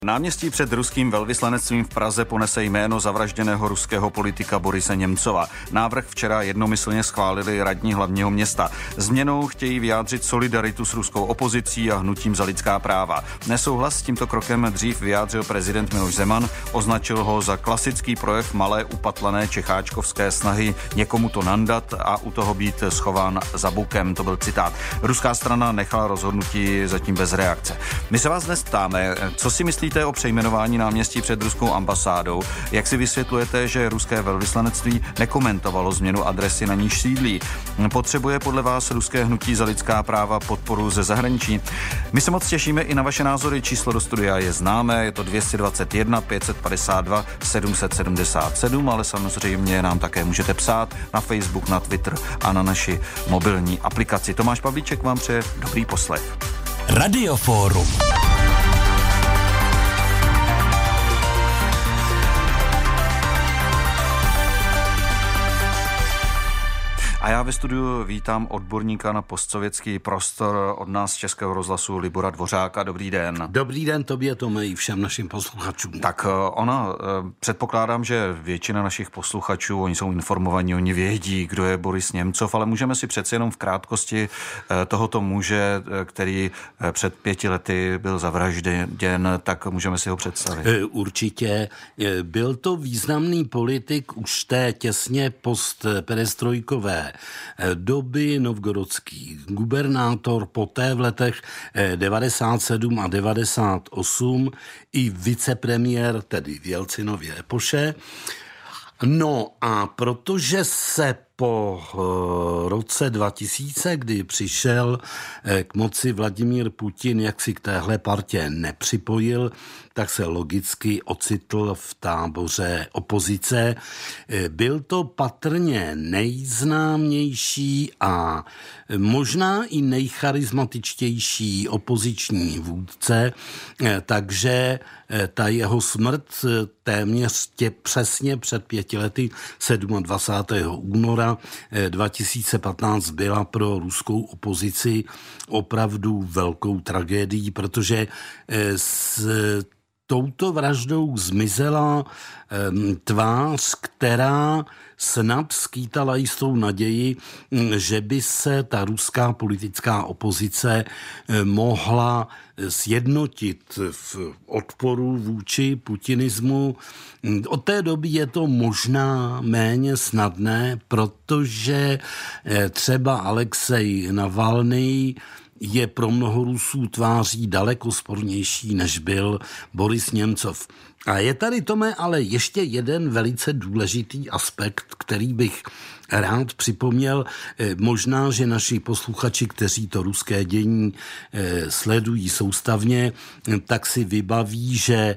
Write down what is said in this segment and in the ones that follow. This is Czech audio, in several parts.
Náměstí před ruským velvyslanectvím v Praze ponese jméno zavražděného ruského politika Borise Němcova. Návrh včera jednomyslně schválili radní hlavního města. Změnou chtějí vyjádřit solidaritu s ruskou opozicí a hnutím za lidská práva. Nesouhlas s tímto krokem dřív vyjádřil prezident Miloš Zeman, označil ho za klasický projev malé upatlané čecháčkovské snahy někomu to nandat a u toho být schován za bukem. To byl citát. Ruská strana nechala rozhodnutí zatím bez reakce. My se vás dnes ptáme, co si myslíte o přejmenování náměstí před ruskou ambasádou? Jak si vysvětlujete, že ruské velvyslanectví nekomentovalo změnu adresy, na níž sídlí? Potřebuje podle vás ruské hnutí za lidská práva podporu ze zahraničí? My se moc těšíme i na vaše názory. Číslo do studia je známé, je to 221 552 777, ale samozřejmě nám také můžete psát na Facebook, na Twitter a na naši mobilní aplikaci. Tomáš Pavlíček vám přeje dobrý poslech. Radioforum. A já ve studiu vítám odborníka na postsovětský prostor od nás z Českého rozhlasu Libora Dvořáka. Dobrý den. Dobrý den tobě, Tome, i všem našim posluchačům. Tak předpokládám, že většina našich posluchačů, oni jsou informovaní, oni vědí, kdo je Boris Němcov, ale můžeme si přeci jenom v krátkosti tohoto muže, který před 5 lety byl zavražděn, tak můžeme si ho představit. Určitě. Byl to významný politik už té těsně postperestrojkové doby, novgorodský gubernátor, poté v letech 97 a 98 i vicepremiér, tedy v Jelcinově epoše. No a protože se po roce 2000, kdy přišel k moci Vladimír Putin, jak si k téhle partě nepřipojil, tak se logicky ocitl v táboře opozice. Byl to patrně nejznámější a možná i nejcharismatičtější opoziční vůdce, takže ta jeho smrt téměř přesně před 5 lety, 27. února 2015, byla pro ruskou opozici opravdu velkou tragédií, protože s touto vraždou zmizela tvář, která snad skýtala jistou naději, že by se ta ruská politická opozice mohla sjednotit v odporu vůči putinismu. Od té doby je to možná méně snadné, protože třeba Alexej Navalnyj je pro mnoho Rusů tváří daleko spornější, než byl Boris Němcov. A je tady, Tome, ale ještě jeden velice důležitý aspekt, který bych rád připomněl. Možná, že naši posluchači, kteří to ruské dění sledují soustavně, tak si vybaví, že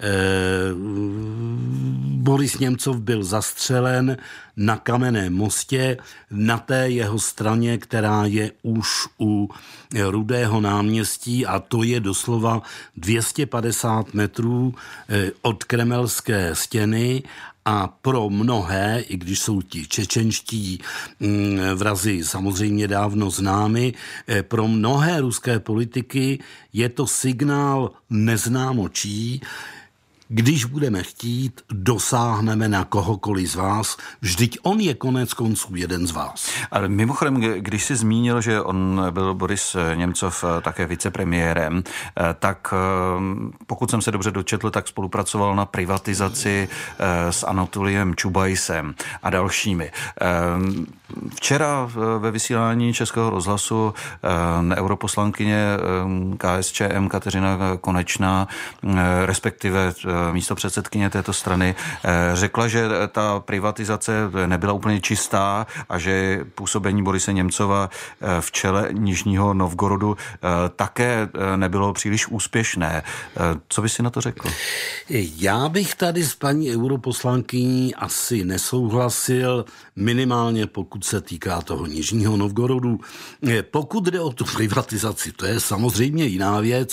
Boris Němcov byl zastřelen na Kamenném mostě, na té jeho straně, která je už u Rudého náměstí, a to je doslova 250 metrů od kremelské stěny. A pro mnohé, i když jsou ti čečenští vrazi samozřejmě dávno známi, pro mnohé ruské politiky je to signál neznámo čí. Když budeme chtít, dosáhneme na kohokoliv z vás, vždyť on je konec konců jeden z vás. Ale mimochodem, když jsi zmínil, že on byl Boris Němcov také vicepremiérem, tak pokud jsem se dobře dočetl, tak spolupracoval na privatizaci s Anatoliem Čubajsem a dalšími. Včera ve vysílání Českého rozhlasu europoslankyně KSČM Kateřina Konečná, respektive místopředsedkyně této strany, řekla, že ta privatizace nebyla úplně čistá a že působení Borise Němcova v čele Nižního Novgorodu také nebylo příliš úspěšné. Co by si na to řekl? Já bych tady s paní europoslankyní asi nesouhlasil, minimálně pokud se týká toho Nižního Novgorodu. Pokud jde o tu privatizaci, to je samozřejmě jiná věc,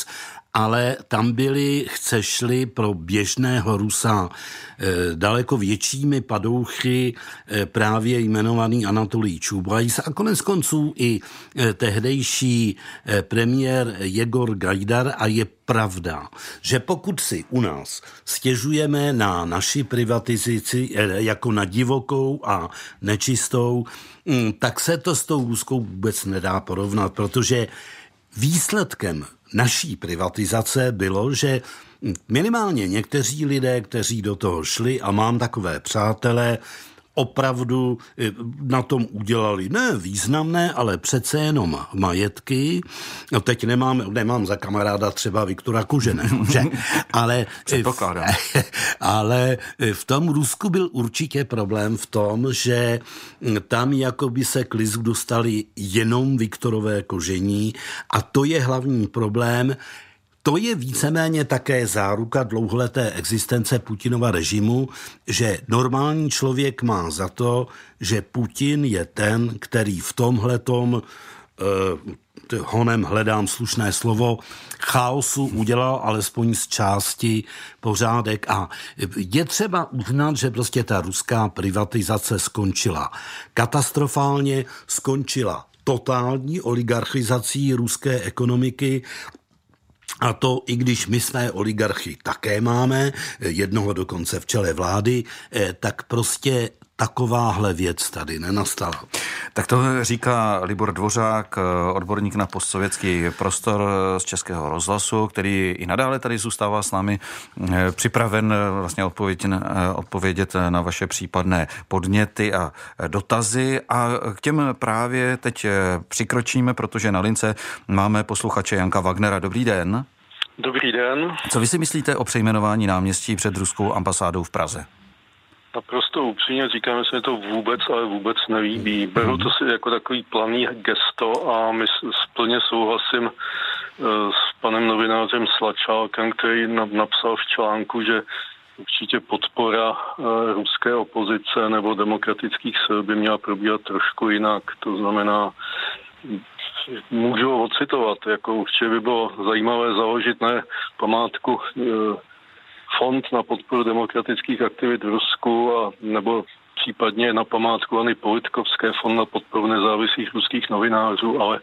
ale tam byly, chceš-li, pro běžného Rusa daleko většími padouchy právě jmenovaný Anatolij Čubajs a konec konců i tehdejší premiér Jegor Gajdar. A je pravda, že pokud si u nás stěžujeme na naši privatizaci jako na divokou a nečistou, tak se to s tou ruskou vůbec nedá porovnat, protože výsledkem naší privatizace bylo, že minimálně někteří lidé, kteří do toho šli, a mám takové přátelé, opravdu na tom udělali ne významné, ale přece jenom majetky. No teď nemám za kamaráda třeba Viktora Koženého, že? Ale v tom Rusku byl určitě problém v tom, že tam jakoby se k lizu dostali jenom Viktorové Kožení a to je hlavní problém. To je víceméně také záruka dlouholeté existence Putinova režimu, že normální člověk má za to, že Putin je ten, který v tomhletom honem hledám slušné slovo, chaosu udělal alespoň z části pořádek. A je třeba uznat, že prostě ta ruská privatizace skončila katastrofálně, skončila totální oligarchizací ruské ekonomiky. A to, i když my své oligarchy také máme, jednoho dokonce v čele vlády, tak prostě takováhle věc tady nenastala. Tak to říká Libor Dvořák, odborník na postsovětský prostor z Českého rozhlasu, který i nadále tady zůstává s námi připraven vlastně odpovědět na vaše případné podněty a dotazy. A k těm právě teď přikročíme, protože na lince máme posluchače Janka Wagnera. Dobrý den. Dobrý den. Co vy si myslíte o přejmenování náměstí před ruskou ambasádou v Praze? Naprosto upřímně říkám, že se mi to vůbec, ale vůbec nelíbí. Beru to si jako takový planý gesto a plně souhlasím s panem novinářem Slačálkem, který napsal v článku, že určitě podpora ruské opozice nebo demokratických sil by měla probíhat trošku jinak. To znamená, můžu ho ocitovat, jako určitě by bylo zajímavé založit ne památku fond na podporu demokratických aktivit v Rusku a nebo případně na památku Anny Politkovské fond na podporu nezávislých ruských novinářů, ale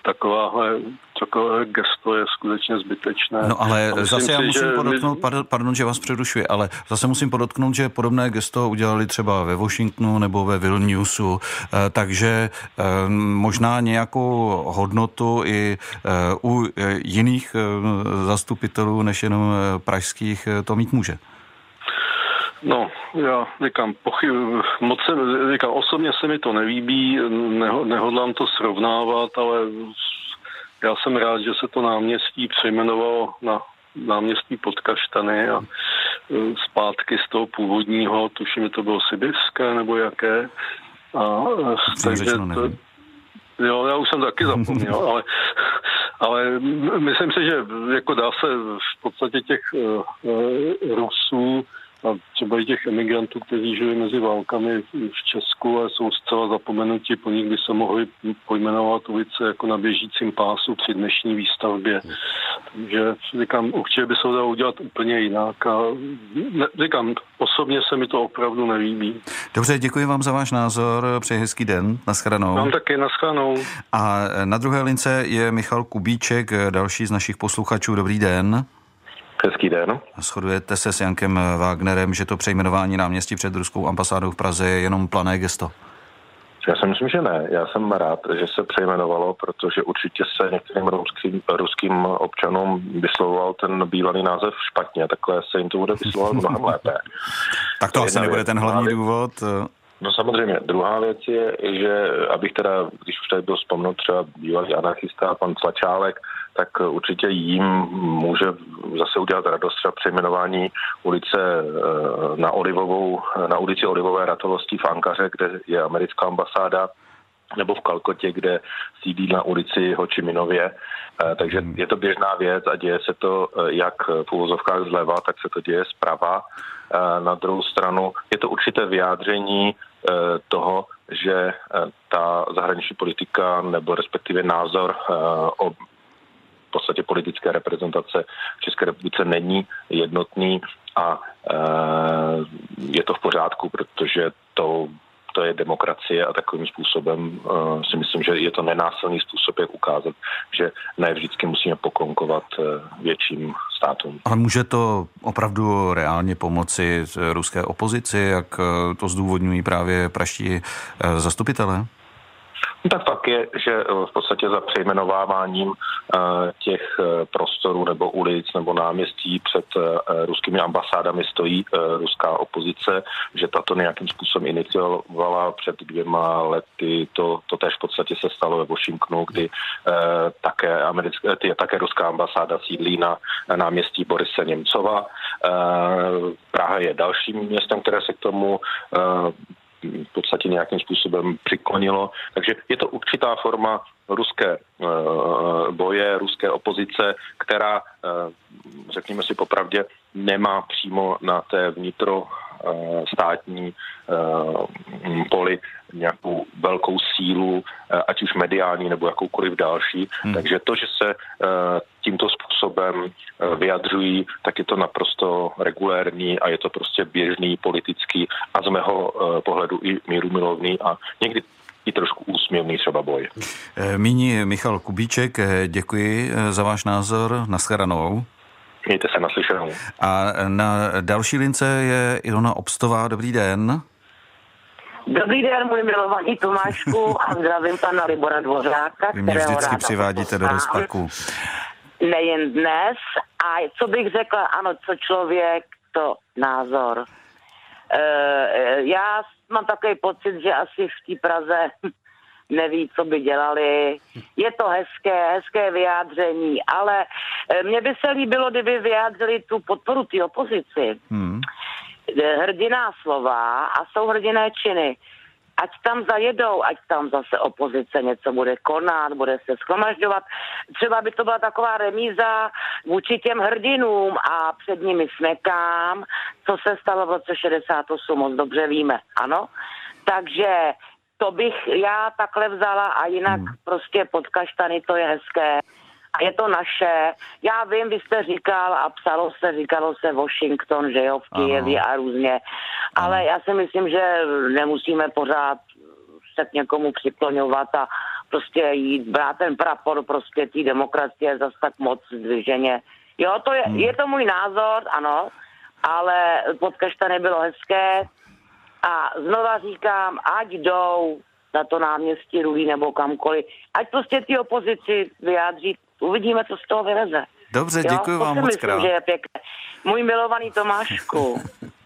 takové gesto je skutečně zbytečné. No ale zase já musím podotknout, pardon, že vás přerušuji, ale zase musím podotknout, že podobné gesto udělali třeba ve Washingtonu nebo ve Vilniusu, takže možná nějakou hodnotu i u jiných zastupitelů než jenom pražských to mít může. No, já říkám, osobně se mi to nelíbí, nehodlám to srovnávat, ale já jsem rád, že se to náměstí přejmenovalo na náměstí pod Kaštany a zpátky z toho původního, tuším, to bylo sibirské nebo jaké. Takže jo, já už jsem taky zapomněl, ale myslím si, že jako dá se v podstatě těch Rusů a třeba i těch emigrantů, kteří žili mezi válkami v Česku a jsou zcela zapomenuti, po nich by se mohli pojmenovat ulice jako na běžícím pásu při dnešní výstavbě. Takže říkám, určitě by se to dalo udělat úplně jinak a říkám, osobně se mi to opravdu nelíbí. Dobře, děkuji vám za váš názor, přeji hezký den, nashledanou. Vám taky, nashledanou. A na druhé lince je Michal Kubíček, další z našich posluchačů. Dobrý den. Hezký den. Shodujete se s Jankem Wagnerem, že to přejmenování náměstí před ruskou ambasádou v Praze je jenom plané gesto? Já si myslím, že ne. Já jsem rád, že se přejmenovalo, protože určitě se některým ruským občanům vyslovoval ten bývalý název špatně, takhle se jim to bude vyslovovat mnohem lépe. Tak to asi nebude ten hlavní důvod. No samozřejmě. Druhá věc je, že abych teda, když už tady byl vzpomnout třeba bývalý anarchista pan Slačálek, tak určitě jim může zase udělat radost třeba přejmenování ulice na ulici Olivové ratolesti v Ankaře, kde je americká ambasáda, nebo v Kalkotě, kde sídlí na ulici Ho Chi Minově. Takže je to běžná věc a děje se to jak v uvozovkách zleva, tak se to děje zprava. Na druhou stranu je to určité vyjádření toho, že ta zahraniční politika nebo respektive názor o v podstatě politické reprezentace v České republice není jednotný a je to v pořádku, protože to je demokracie a takovým způsobem si myslím, že je to nenásilný způsob, jak ukázat, že ne vždycky musíme poklonovat větším státům. Ale může to opravdu reálně pomoci ruské opozici, jak to zdůvodňují právě pražští zastupitelé? No tak fakt je, že v podstatě za přejmenováváním těch prostorů nebo ulic nebo náměstí před ruskými ambasádami stojí ruská opozice, že tato nějakým způsobem iniciovala před 2 lety. To též v podstatě se stalo ve Washingtonu, kdy také ruská ambasáda sídlí na náměstí Borise Němcova. Praha je dalším městem, které se k tomu v podstatě nějakým způsobem přiklonilo. Takže je to určitá forma ruské boje, ruské opozice, která, řekněme si popravdě, nemá přímo na té vnitrostátní poli nějakou velkou sílu, ať už mediální nebo jakoukoliv další. Takže to, že se tímto způsobem vyjadřují, tak je to naprosto regulérní a je to prostě běžný politický a z mého pohledu i mírumilovný a někdy i trošku úsměvný třeba boj. Míní Michal Kubíček, děkuji za váš názor. Nashledanou. Mějte se, naslyšenou. A na další lince je Ilona Obstová. Dobrý den. Dobrý den, můj milovaný Tomášku, a zdravím pana Libora Dvořáka. Vy mě vždycky přivádíte do rozpaku. Nejen dnes. A co bych řekla, ano, co člověk, to názor. Já mám takový pocit, že asi v té Praze neví, co by dělali. Je to hezké vyjádření, ale mně by se líbilo, kdyby vyjádřili tu podporu té opozici. Hrdinná slova a jsou hrdinné činy. Ať tam zajedou, ať tam zase opozice něco bude konat, bude se shromažďovat. Třeba by to byla taková remíza vůči těm hrdinům a před nimi smekám, co se stalo v roce 68, moc dobře víme, ano. Takže to bych já takhle vzala a jinak prostě pod kaštany to je hezké. A je to naše. Já vím, vy jste říkal a říkalo se Washington, že jo, v Kyjevě a různě. Ale já si myslím, že nemusíme pořád se k někomu přikloňovat a prostě jít brát ten prapor prostě té demokracie zas tak moc zdviženě. Jo, to je to můj názor, ano, ale pod kaštany bylo hezké a znova říkám, ať jdou na to náměstí Rulí nebo kamkoliv, ať prostě ty opozici vyjádří. Uvidíme, co z toho vyleze. Dobře, děkuji vám moc krát. Myslím, že je pěkné. Můj milovaný Tomášku.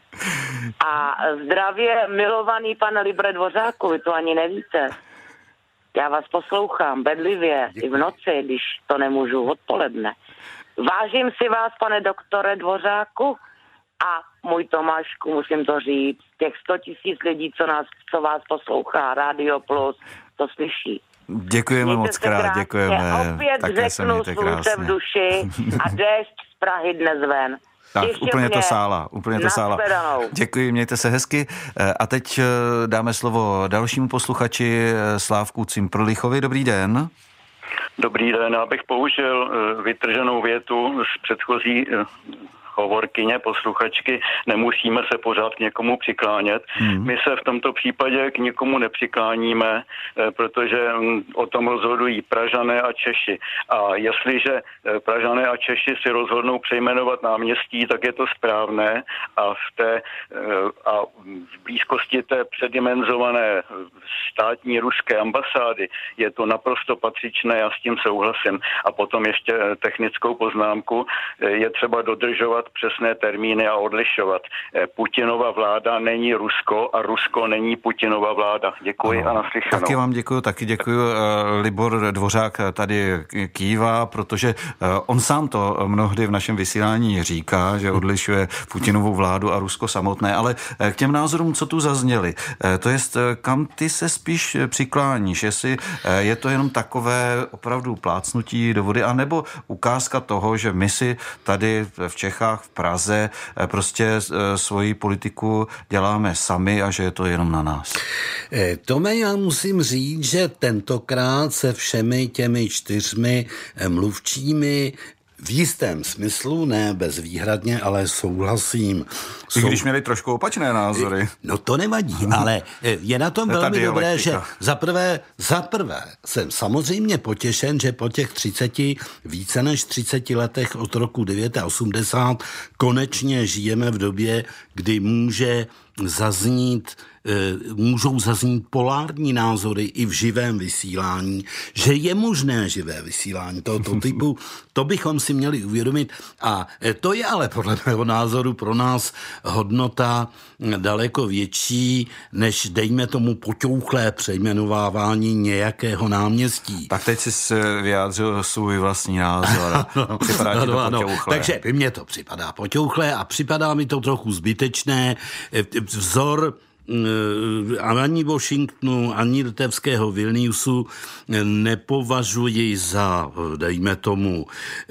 A zdravě milovaný pan Libre Dvořáku, vy to ani nevíte. Já vás poslouchám bedlivě i v noci, když to nemůžu odpoledne. Vážím si vás, pane doktore Dvořáku, a můj Tomášku, musím to říct, těch 100 000 lidí, co vás poslouchá, Radio Plus, to slyší. Děkujeme moc krát, děkujeme. Opět také řeknu slunce v duši a déšť z Prahy dnes ven. Tak, úplně to sála. Děkuji, mějte se hezky. A teď dáme slovo dalšímu posluchači, Slávku Cimprlichovi. Dobrý den. Dobrý den, já bych použil vytrženou větu z předchozí hovorkyně, posluchačky, nemusíme se pořád k někomu přiklánět. My se v tomto případě k někomu nepřikláníme, protože o tom rozhodují Pražané a Češi. A jestliže Pražané a Češi si rozhodnou přejmenovat náměstí, tak je to správné a v blízkosti té předimenzované státní ruské ambasády je to naprosto patřičné, já s tím souhlasím. A potom ještě technickou poznámku, je třeba dodržovat přesné termíny a odlišovat. Putinova vláda není Rusko a Rusko není Putinova vláda. Děkuji a naslyšenou. Taky vám děkuji, taky děkuji. Libor Dvořák tady kývá, protože on sám to mnohdy v našem vysílání říká, že odlišuje Putinovu vládu a Rusko samotné, ale k těm názorům, co tu zazněly, to jest, kam ty se spíš přikláníš, jestli je to jenom takové opravdu plácnutí do vody, anebo ukázka toho, že my si tady v Čechách volbách v Praze prostě svoji politiku děláme sami a že je to jenom na nás. Tome, já musím říct, že tentokrát se všemi těmi 4 mluvčími v jistém smyslu, ne bezvýhradně, ale souhlasím. I když měli trošku opačné názory. No to nevadí, ale je na tom velmi dobré, že za prvé jsem samozřejmě potěšen, že po těch více než 30 letech od roku 89 konečně žijeme v době, kdy můžou zaznít polární názory i v živém vysílání, že je možné živé vysílání tohoto typu, to bychom si měli uvědomit a to je ale podle mého názoru pro nás hodnota daleko větší, než dejme tomu poťouchlé přejmenovávání nějakého náměstí. Tak teď jsi vyjádřil svůj vlastní názor. Připadá ti to poťouchlé. Takže mně to připadá poťouchlé a připadá mi to trochu zbytečné. Vzor ani Washingtonu, ani litevského Vilniusu nepovažuji za, dejme tomu,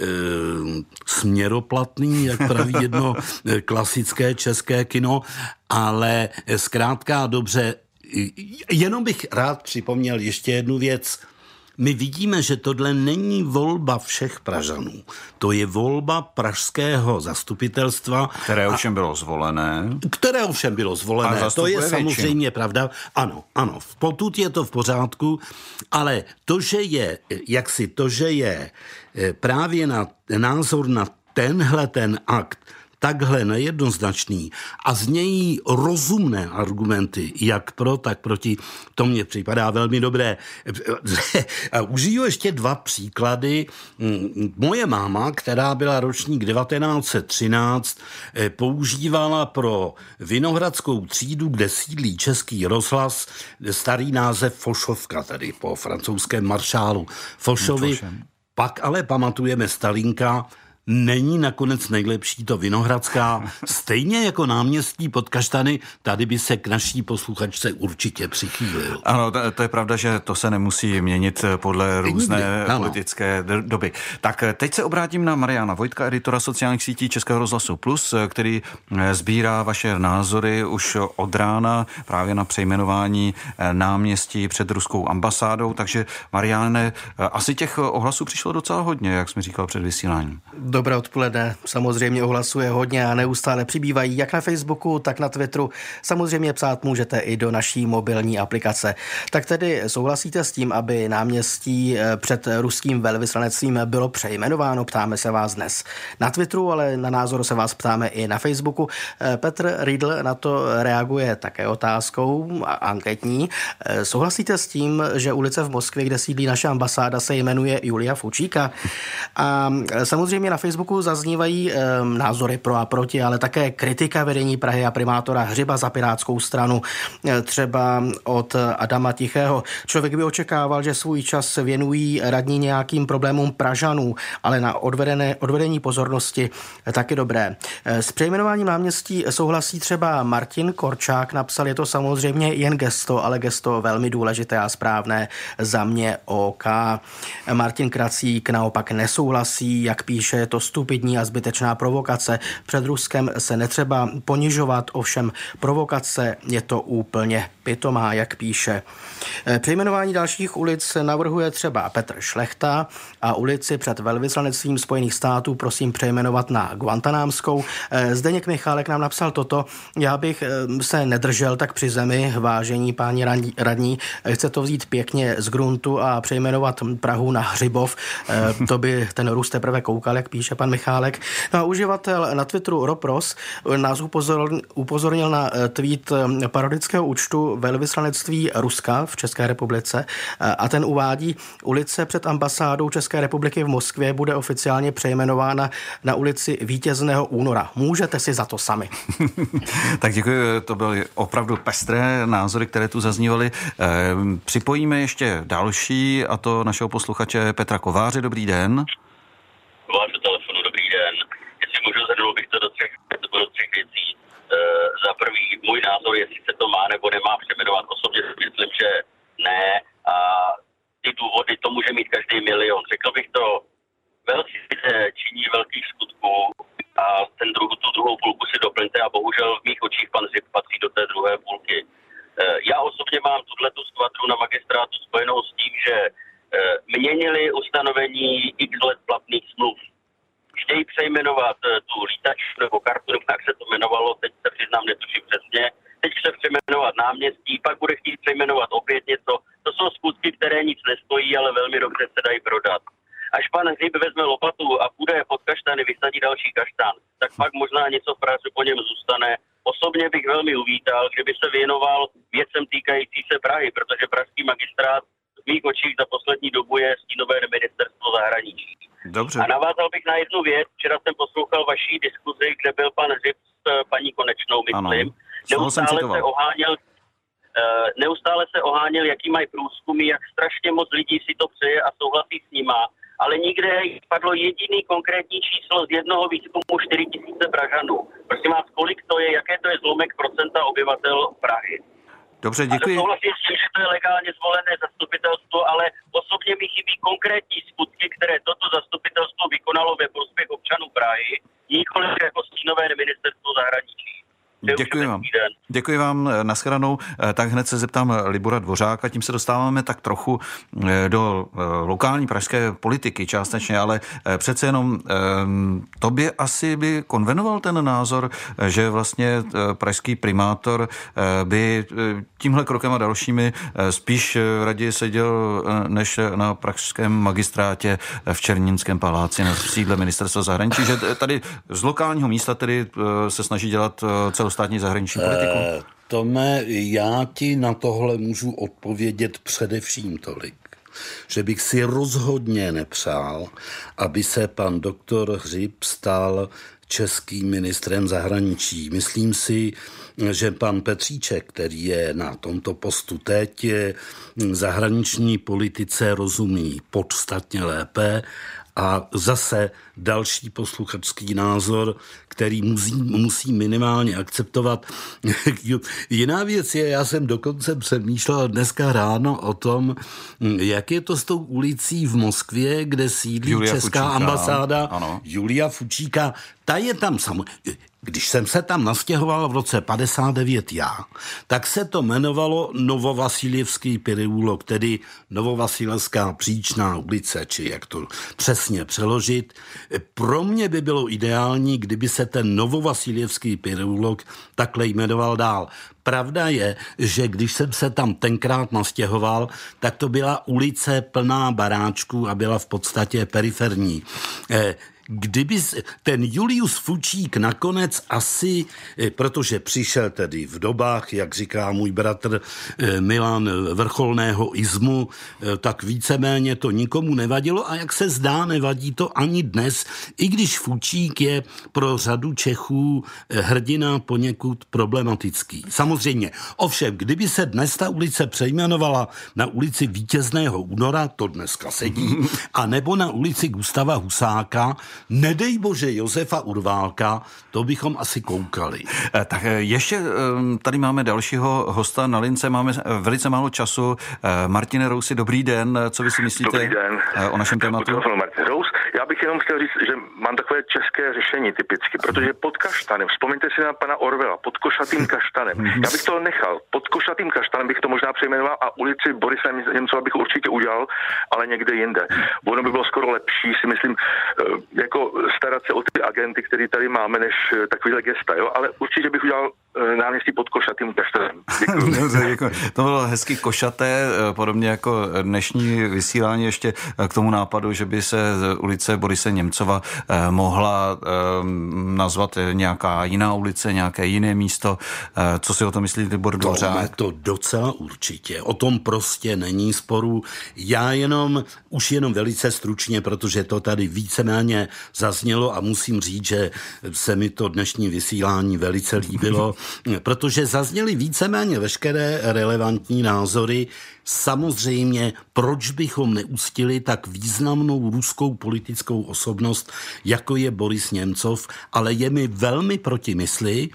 směroplatný, jak praví jedno klasické české kino, ale zkrátka dobře, jenom bych rád připomněl ještě jednu věc. My vidíme, že tohle není volba všech Pražanů. To je volba pražského zastupitelstva. Které ovšem bylo zvolené. To je samozřejmě pravda. Ano, potud je to v pořádku, ale to, že je právě na názor na tenhle ten akt takhle nejednoznačný a znějí rozumné argumenty, jak pro, tak proti, to mně připadá velmi dobré. Užiju ještě 2 příklady. Moje máma, která byla ročník 1913, používala pro Vinohradskou třídu, kde sídlí Český rozhlas, starý název Fošovka, tedy po francouzském maršálu Fošovi. Pak ale pamatujeme Stalinka, není nakonec nejlepší to Vinohradská, stejně jako náměstí pod Kaštany, tady by se k naší posluchačce určitě přichýlil. Ano, to je pravda, že to se nemusí měnit podle různé politické doby. Tak teď se obrátím na Mariana Vojtka, editora sociálních sítí Českého rozhlasu Plus, který sbírá vaše názory už od rána právě na přejmenování náměstí před ruskou ambasádou. Takže Mariáne, asi těch ohlasů přišlo docela hodně, jak jsme říkal před vysíláním. Dobré odpoledne. Samozřejmě ohlasů je hodně a neustále přibývají jak na Facebooku, tak na Twitteru. Samozřejmě psát můžete i do naší mobilní aplikace. Tak tedy souhlasíte s tím, aby náměstí před ruským velvyslanectvím bylo přejmenováno? Ptáme se vás dnes na Twitteru, ale na názor se vás ptáme i na Facebooku. Petr Riedl na to reaguje také otázkou anketní. Souhlasíte s tím, že ulice v Moskvě, kde sídlí naše ambasáda, se jmenuje Julia Fučíka? A samozřejmě na Facebooku zaznívají názory pro a proti, ale také kritika vedení Prahy a primátora Hřiba za Pirátskou stranu, třeba od Adama Tichého. Člověk by očekával, že svůj čas věnují radní nějakým problémům Pražanů, ale na odvedení pozornosti taky dobré. S přejmenováním náměstí souhlasí třeba Martin Korčák, napsal, je to samozřejmě jen gesto, ale gesto velmi důležité a správné, za mě OK. Martin Kracík naopak nesouhlasí, jak píše, je to stupidní a zbytečná provokace. Před Ruskem se netřeba ponižovat, ovšem provokace je to úplně pitomá, jak píše. Přejmenování dalších ulic navrhuje třeba Petr Šlechta a ulici před velvyslanectvím Spojených států prosím přejmenovat na Guantanámskou. Zdeněk Michálek nám napsal toto: já bych se nedržel tak při zemi, vážení páni radní, chce to vzít pěkně z gruntu a přejmenovat Prahu na Hřibov. To by ten Rus teprve koukal, jak píše pan Michálek. No a uživatel na Twitteru Ropros nás upozornil na tweet parodického účtu velvyslanectví Ruska v České republice a ten uvádí: ulice před ambasádou České republiky v Moskvě bude oficiálně přejmenována na ulici Vítězného února. Můžete si za to sami. Tak děkuji, to byly opravdu pestré názory, které tu zaznívaly. Připojíme ještě další, a to našeho posluchače Petra Kováře. Dobrý den. Váš telefonu, dobrý den. Jestli můžu, zhrnul bych to do třech věcí. Za prvý, můj názor, jestli se to má nebo nemá přejmenovat. Osobně si myslím, že ne. A ty důvody, to může mít každý milion. Řekl bych to, velcí lidé činí velkých skutků a ten se to jmenovalo, teď se přiznám, netuším přesně, teď chce přejmenovat náměstí, pak bude chtít přejmenovat opět něco. To jsou skutky, které nic nestojí, ale velmi dobře se dají prodat. Až pan Hřib vezme lopatu a půjde pod kaštany vysadí další kaštán, tak pak možná něco v Praze po něm zůstane. Osobně bych velmi uvítal, kdyby se věnoval věcem týkající se Prahy, protože pražský magistrát v mých očích za poslední dobu je stínové ministerstvo zahraničí. Dobře. A navázal bych na jednu věc. Včera jsem poslouchal vaší diskuzi, kde byl pan Hřib s paní Konečnou, myslím. Neustále se oháněl, jaký mají průzkumy, jak strašně moc lidí si to přeje a souhlasí s nima, ale nikde padlo jediný konkrétní číslo z jednoho výzkumu 4 000 Pražanů. Prosím vás, kolik to je, jaké to je zlomek procenta obyvatel Prahy? Dobře, děkuji. A souhlasím s tím, že to je legálně zvolené zastupitelstvo, ale osobně mi chybí konkrétní skutky, které toto zastupitelstvo vykonalo ve prospěch občanů Prahy, nikoliv jako stínové ministerstvo zahraničí. Děkuji vám, nashledanou. Tak hned se zeptám Libora Dvořáka, tím se dostáváme tak trochu do lokální pražské politiky částečně, ale přece jenom tobě asi by konvenoval ten názor, že vlastně pražský primátor by tímhle krokem a dalšími spíš raději seděl než na pražském magistrátě v Černínském paláci na sídle ministerstva zahraničí, že tady z lokálního místa tedy se snaží dělat celostátní zahraniční politiku? Tome, já ti na tohle můžu odpovědět především tolik, že bych si rozhodně nepřál, aby se pan doktor Hřib stal českým ministrem zahraničí. Myslím si, že pan Petříček, který je na tomto postu teď, zahraniční politice rozumí podstatně lépe. A zase další posluchačský názor, který musí minimálně akceptovat. Jiná věc je, já jsem dokonce přemýšlel dneska ráno o tom, jak je to s tou ulicí v Moskvě, kde sídlí Julia česká Fučíka, ambasáda. ano. Julia Fučíka, ta je tam Když jsem se tam nastěhoval v roce 59 já, tak se to jmenovalo Novovasiljevský periúlok, tedy Novovasiljevská příčná ulice, či jak to přesně přeložit. Pro mě by bylo ideální, kdyby se ten Novovasiljevský periúlok takhle jmenoval dál. Pravda je, že když jsem se tam tenkrát nastěhoval, tak to byla ulice plná baráčků a byla v podstatě periferní. Kdyby ten Julius Fučík nakonec asi, protože přišel tedy v dobách, jak říká můj bratr Milan, vrcholného izmu, tak víceméně to nikomu nevadilo a jak se zdá, nevadí to ani dnes, i když Fučík je pro řadu Čechů hrdina poněkud problematický. Samozřejmě, ovšem, kdyby se dnes ta ulice přejmenovala na ulici Vítězného února, to dneska sedí, a nebo na ulici Gustava Husáka, nedej bože Josefa Urválka, to bychom asi koukali. Tak ještě tady máme dalšího hosta na lince, máme velice málo času. Martine Rousi, dobrý den, co vy si myslíte o našem tématu? Martin Rous, já bych jenom chtěl říct, že mám takové české řešení typicky, protože pod kaštanem, vzpomeňte si na pana Orwella, pod košatým kaštanem. Já bych to nechal, pod košatým kaštanem bych to možná přejmenoval a ulici Borise Němcova bych určitě udělal, ale někde jinde. Ono by bylo skoro lepší, si myslím, jako starat se o ty agenty, který tady máme, než takovýhle gesta, jo? Ale určitě bych udělal náměstí pod košatým kaštanem. Děkuji. To bylo hezky košaté, podobně jako dnešní vysílání ještě k tomu nápadu, že by se ulice Borise Němcova mohla nazvat nějaká jiná ulice, nějaké jiné místo. Co si o tom myslí Libor Dvořák? To docela určitě. O tom prostě není sporu. Já už jenom velice stručně, protože to tady víceméně zaznělo a musím říct, že se mi to dnešní vysílání velice líbilo, protože zazněly víceméně veškeré relevantní názory. Samozřejmě, proč bychom neustili tak významnou ruskou politickou osobnost, jako je Boris Němcov, ale je mi velmi proti mysli,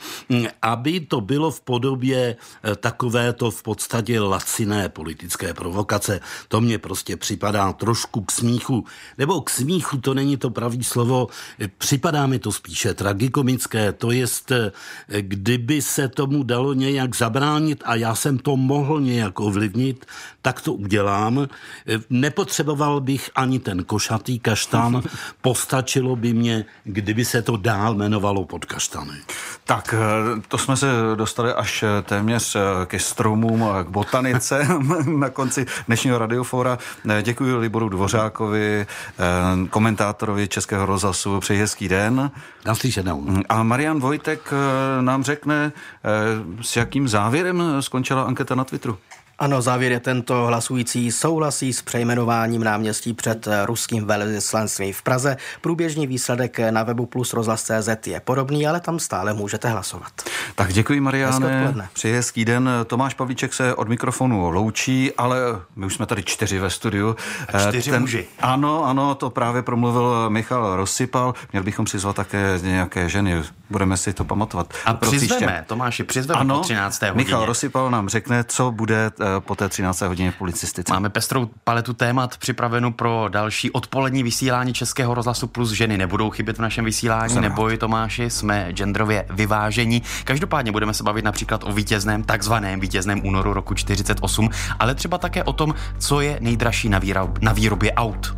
aby to bylo v podobě takovéto v podstatě laciné politické provokace. To mně prostě připadá trošku k smíchu, nebo k smíchu, to není to pravý slovo, připadá mi to spíše tragikomické, to jest, kdyby se tomu dalo nějak zabránit a já jsem to mohl nějak ovlivnit, tak to udělám. Nepotřeboval bych ani ten košatý kaštan, postačilo by mě, kdyby se to dál jmenovalo Podkaštany. Tak, to jsme se dostali až téměř ke stromům a k botanice na konci dnešního Radiofóra. Děkuji Liboru Dvořákovi, komentátorovi Českého rozhlasu. Přeji hezký den. Naslyšenou. A Marian Vojtek nám řekne, s jakým závěrem skončila anketa na Twitteru. Ano, závěr je tento. Hlasující souhlasí s přejmenováním náměstí před ruským velvyslanstvím v Praze. Průběžný výsledek na webu Plus rozhlas.cz je podobný, ale tam stále můžete hlasovat. Tak děkuji, Mariáne. Přeji hezký den. Tomáš Pavlíček se od mikrofonu loučí, ale my už jsme tady 4 ve studiu. 4 muži. Ano, to právě promluvil Michal Rozsypal. Měl bychom přizvat také nějaké ženy. Budeme si to pamatovat. A přizveme, Tomáši, po 13. hodině. Michal Rozsypal nám řekne, co bude po té 13. hodině v Policistice. Máme pestrou paletu témat připravenou pro další odpolední vysílání Českého rozhlasu Plus. Ženy nebudou chybět v našem vysílání, neboj, Tomáši, jsme genderově vyvážení. Každopádně budeme se bavit například o takzvaném vítězném únoru roku 48, ale třeba také o tom, co je nejdražší na výrobě aut.